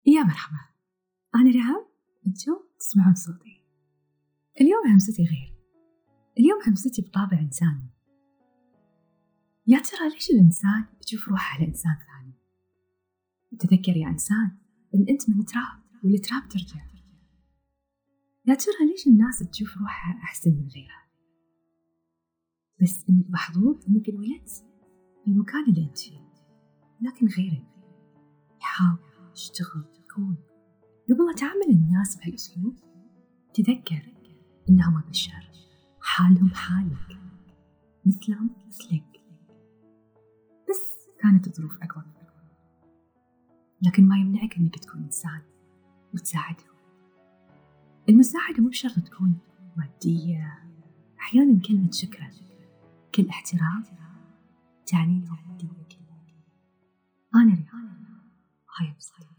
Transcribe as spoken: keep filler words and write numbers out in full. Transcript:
يا مرحبا، أنا ريهام، أنتم تسمعون صوتي. اليوم همستي غير. اليوم همستي بطابع إنساني. يا ترى ليش الإنسان يشوف روحه على إنسان ثاني؟ تذكر يا إنسان إن أنت من تراب والتراب ترجع. يا ترى ليش الناس تشوف روحها أحسن من غيرها؟ بس إنك محظوظ إنك انولدت بالمكان اللي أنت فيه، لكن غيرك يحاول يشتغل يكون. قبل ما تعامل الناس بهالأسلوب تذكر إنهم بشر، حالهم حالك، مثلهم مثلك، بس كانت الظروف أكبر وأكبر. لكن ما يمنعك إنك تكون إنسان وتساعدهم. المساعدة مو بشرط تكون مادية، أحيانا كلمة شكرا، كل احترام تعني لهم الدنيا كلها. أنا ريهام، هاي بصحيح.